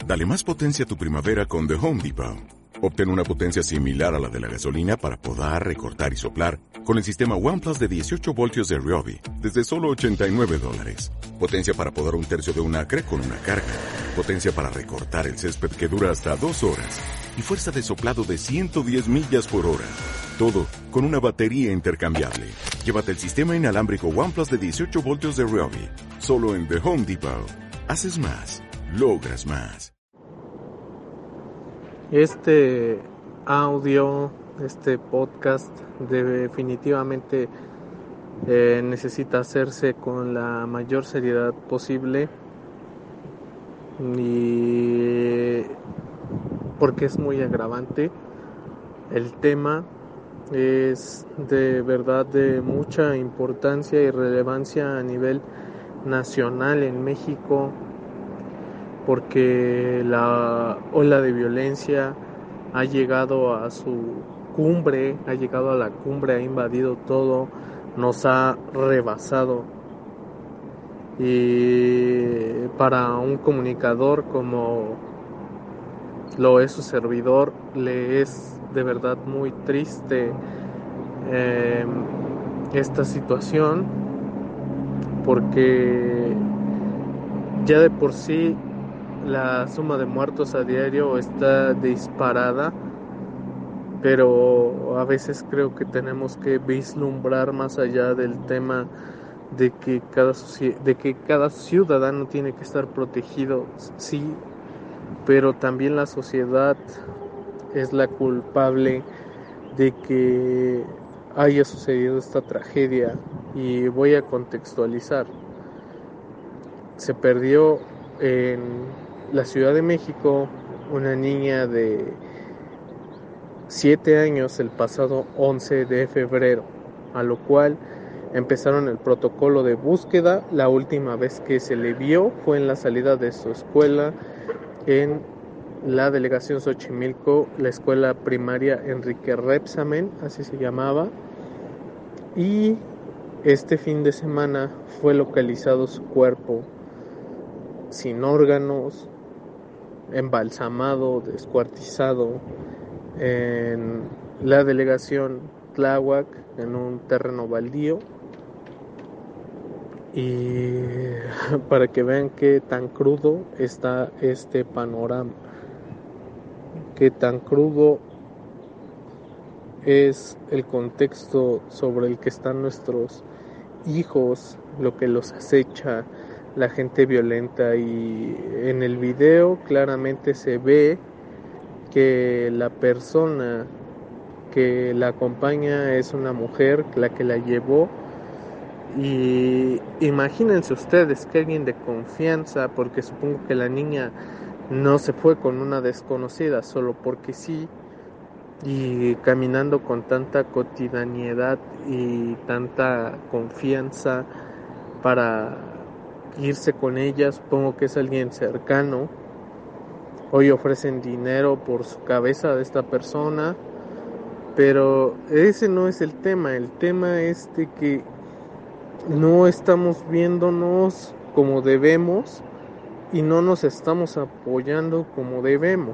Dale más potencia a tu primavera con The Home Depot. Obtén una potencia similar a la de la gasolina para podar, recortar y soplar con el sistema OnePlus de 18 voltios de Ryobi desde solo $89. Potencia para podar un tercio de un acre con una carga. Potencia para recortar el césped que dura hasta 2 horas. Y fuerza de soplado de 110 millas por hora. Todo con una batería intercambiable. Llévate el sistema inalámbrico OnePlus de 18 voltios de Ryobi. Solo en The Home Depot. Haces más. Logras más. Este audio, este podcast definitivamente necesita hacerse con la mayor seriedad posible, y porque es muy agravante. El tema es de verdad de mucha importancia y relevancia a nivel nacional en México, porque la ola de violencia ha llegado a su cumbre, ha llegado a la cumbre, ha invadido todo, nos ha rebasado. Y para un comunicador como lo es su servidor, le es de verdad muy triste esta situación, porque ya de por sí la suma de muertos a diario está disparada, pero a veces creo que tenemos que vislumbrar más allá del tema de que cada ciudadano tiene que estar protegido, sí, pero también la sociedad es la culpable de que haya sucedido esta tragedia. Y voy a contextualizar. Se perdió en la Ciudad de México una niña de 7 años el pasado 11 de febrero, a lo cual empezaron el protocolo de búsqueda. La última vez que se le vio fue en la salida de su escuela en la delegación Xochimilco, la escuela primaria Enrique Repsamen, así se llamaba, y este fin de semana fue localizado su cuerpo sin órganos, embalsamado, descuartizado en la delegación Tláhuac, en un terreno baldío. Y para que vean qué tan crudo está este panorama, qué tan crudo es el contexto sobre el que están nuestros hijos, lo que los acecha, la gente violenta. Y en el video claramente se ve que la persona que la acompaña es una mujer, la que la llevó. Y imagínense ustedes que alguien de confianza, porque supongo que la niña no se fue con una desconocida solo porque sí, y caminando con tanta cotidianidad y tanta confianza para irse con ella, supongo que es alguien cercano. Hoy ofrecen dinero por su cabeza de esta persona, pero ese no es el tema es de que no estamos viéndonos como debemos y no nos estamos apoyando como debemos.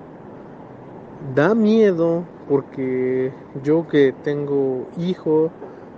Da miedo, porque yo que tengo hijo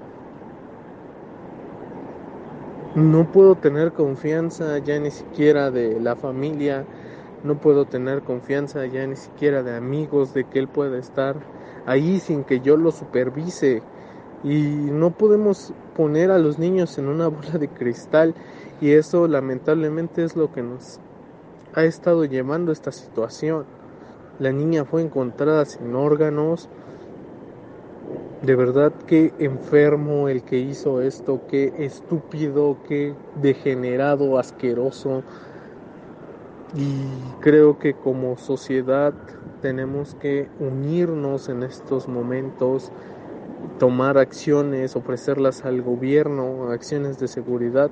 no puedo tener confianza ya ni siquiera de la familia, no puedo tener confianza ya ni siquiera de amigos, de que él pueda estar ahí sin que yo lo supervise. Y no podemos poner a los niños en una bola de cristal, y eso lamentablemente es lo que nos ha estado llevando a esta situación. La niña fue encontrada sin órganos. De verdad, qué enfermo el que hizo esto, qué estúpido, qué degenerado, asqueroso. Y creo que como sociedad tenemos que unirnos en estos momentos, tomar acciones, ofrecerlas al gobierno, acciones de seguridad,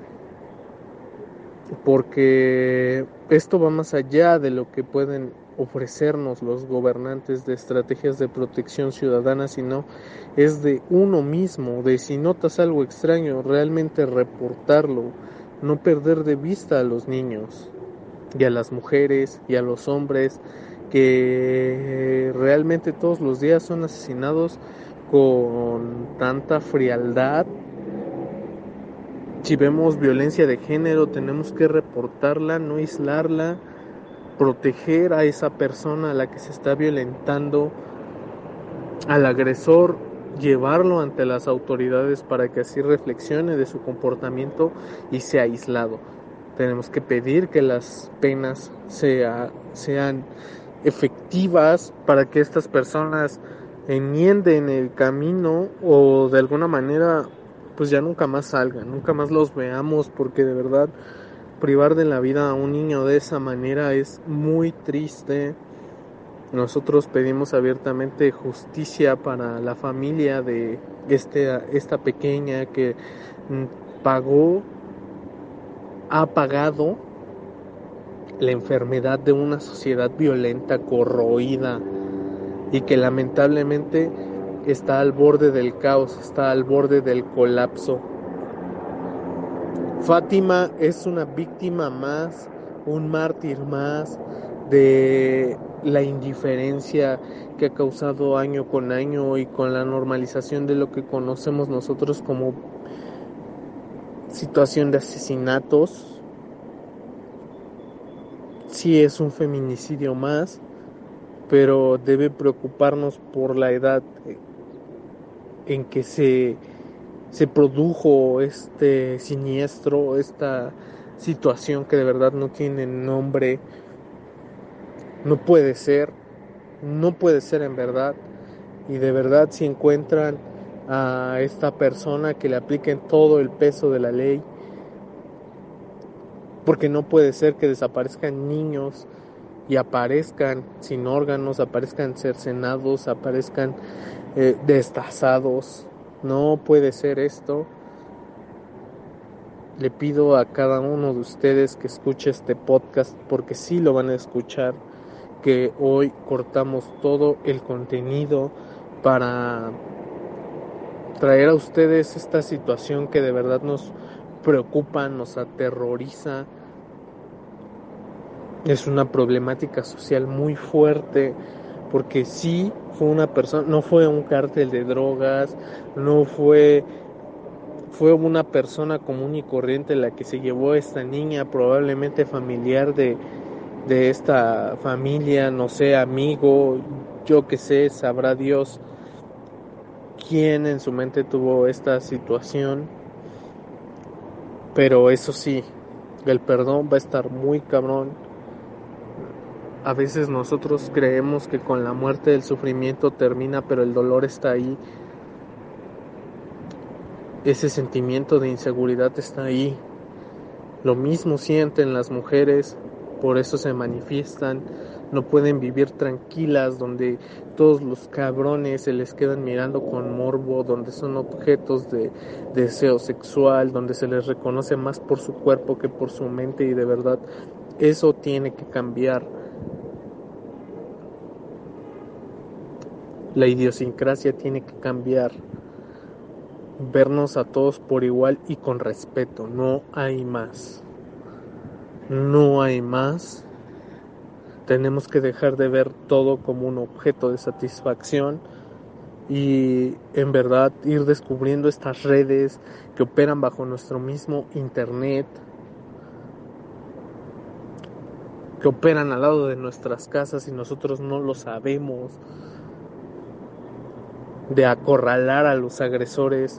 porque esto va más allá de lo que pueden ofrecernos los gobernantes de estrategias de protección ciudadana, sino es de uno mismo, de si notas algo extraño, realmente reportarlo, no perder de vista a los niños. y a las mujeres y a los hombres que realmente todos los días son asesinados con tanta frialdad. Si vemos violencia de género, tenemos que reportarla, no aislarla, proteger a esa persona a la que se está violentando, al agresor, llevarlo ante las autoridades para que así reflexione de su comportamiento y sea aislado. Tenemos que pedir que las penas sean efectivas para que estas personas enmienden el camino o de alguna manera pues ya nunca más salgan, nunca más los veamos, porque de verdad privar de la vida a un niño de esa manera es muy triste. Nosotros pedimos abiertamente justicia para la familia de esta pequeña que ha pagado la enfermedad de una sociedad violenta, corroída, y que lamentablemente está al borde del caos, está al borde del colapso. Fátima es una víctima más, un mártir más de la indiferencia que ha causado año con año y con la normalización de lo que conocemos nosotros como situación de asesinatos. Sí es un feminicidio más, pero debe preocuparnos por la edad en que se produjo este siniestro, esta situación que de verdad no tiene nombre. No puede ser en verdad. Y de verdad, si encuentran a esta persona, que le apliquen todo el peso de la ley, porque no puede ser que desaparezcan niños y aparezcan sin órganos, aparezcan cercenados, aparezcan destazados. No puede ser esto. Le pido a cada uno de ustedes que escuche este podcast, porque sí lo van a escuchar, que hoy cortamos todo el contenido para traer a ustedes esta situación que de verdad nos preocupa, nos aterroriza. Es una problemática social muy fuerte, porque sí fue una persona, no fue un cártel de drogas, no fue una persona común y corriente la que se llevó a esta niña, probablemente familiar de esta familia, no sé, amigo, yo que sé, sabrá Dios quién en su mente tuvo esta situación. Pero eso sí, el perdón va a estar muy cabrón. A veces nosotros creemos que con la muerte el sufrimiento termina, pero el dolor está ahí. Ese sentimiento de inseguridad está ahí. Lo mismo sienten las mujeres, por eso se manifiestan. No pueden vivir tranquilas, donde todos los cabrones se les quedan mirando con morbo, donde son objetos de deseo sexual, donde se les reconoce más por su cuerpo que por su mente, y de verdad eso tiene que cambiar. La idiosincrasia tiene que cambiar. Vernos a todos por igual y con respeto. No hay más. No hay más. Tenemos que dejar de ver todo como un objeto de satisfacción y en verdad ir descubriendo estas redes que operan bajo nuestro mismo internet, que operan al lado de nuestras casas y nosotros no lo sabemos, de acorralar a los agresores,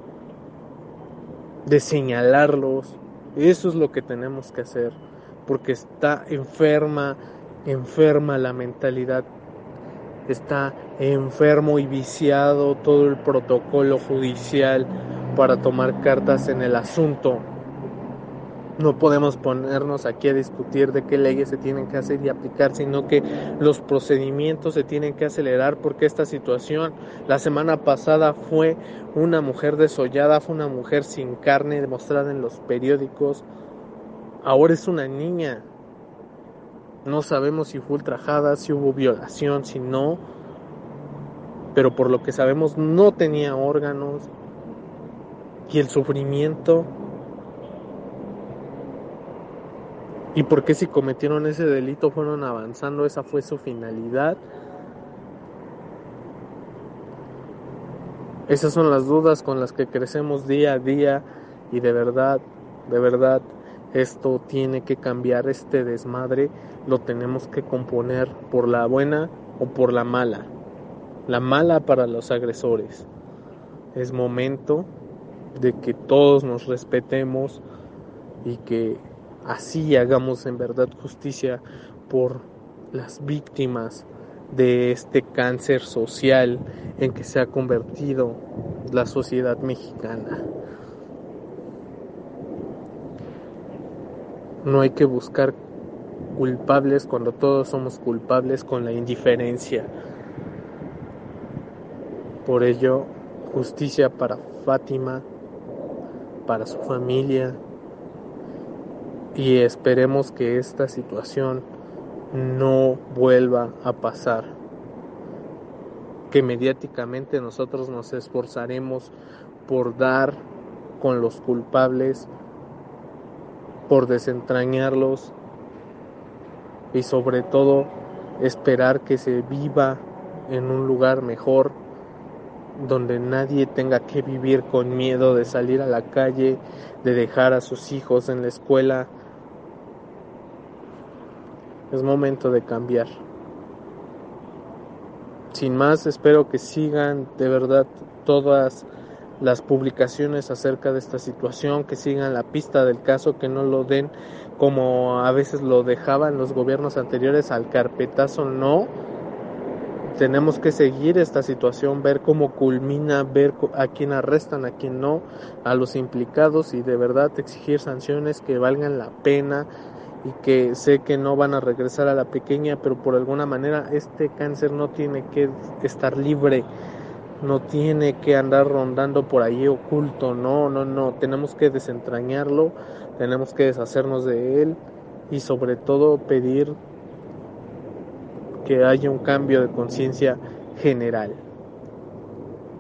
de señalarlos. Eso es lo que tenemos que hacer, porque está enferma la mentalidad, está enfermo y viciado todo el protocolo judicial para tomar cartas en el asunto. No podemos ponernos aquí a discutir de qué leyes se tienen que hacer y aplicar, sino que los procedimientos se tienen que acelerar, porque esta situación, la semana pasada fue una mujer desollada, fue una mujer sin carne demostrada en los periódicos, ahora es una niña. No sabemos si fue ultrajada, si hubo violación, si no, pero por lo que sabemos no tenía órganos, y el sufrimiento ¿Y por qué si cometieron ese delito fueron avanzando? Esa fue su finalidad. Esas son las dudas con las que crecemos día a día y de verdad, esto tiene que cambiar, este desmadre lo tenemos que componer por la buena o por la mala. La mala para los agresores. Es momento de que todos nos respetemos y que así hagamos en verdad justicia por las víctimas de este cáncer social en que se ha convertido la sociedad mexicana. No hay que buscar culpables cuando todos somos culpables con la indiferencia. Por ello, justicia para Fátima, para su familia, y esperemos que esta situación no vuelva a pasar. Que mediáticamente nosotros nos esforzaremos por dar con los culpables, por desentrañarlos y sobre todo esperar que se viva en un lugar mejor, donde nadie tenga que vivir con miedo de salir a la calle, de dejar a sus hijos en la escuela. Es momento de cambiar. Sin más, espero que sigan de verdad todas las publicaciones acerca de esta situación, que sigan la pista del caso, que no lo den como a veces lo dejaban los gobiernos anteriores al carpetazo. No, tenemos que seguir esta situación, ver cómo culmina, ver a quién arrestan, a quién no, a los implicados, y de verdad exigir sanciones que valgan la pena, y que sé que no van a regresar a la pequeña, pero por alguna manera este cáncer no tiene que estar libre, no tiene que andar rondando por ahí oculto, no, tenemos que desentrañarlo, tenemos que deshacernos de él y sobre todo pedir que haya un cambio de conciencia general.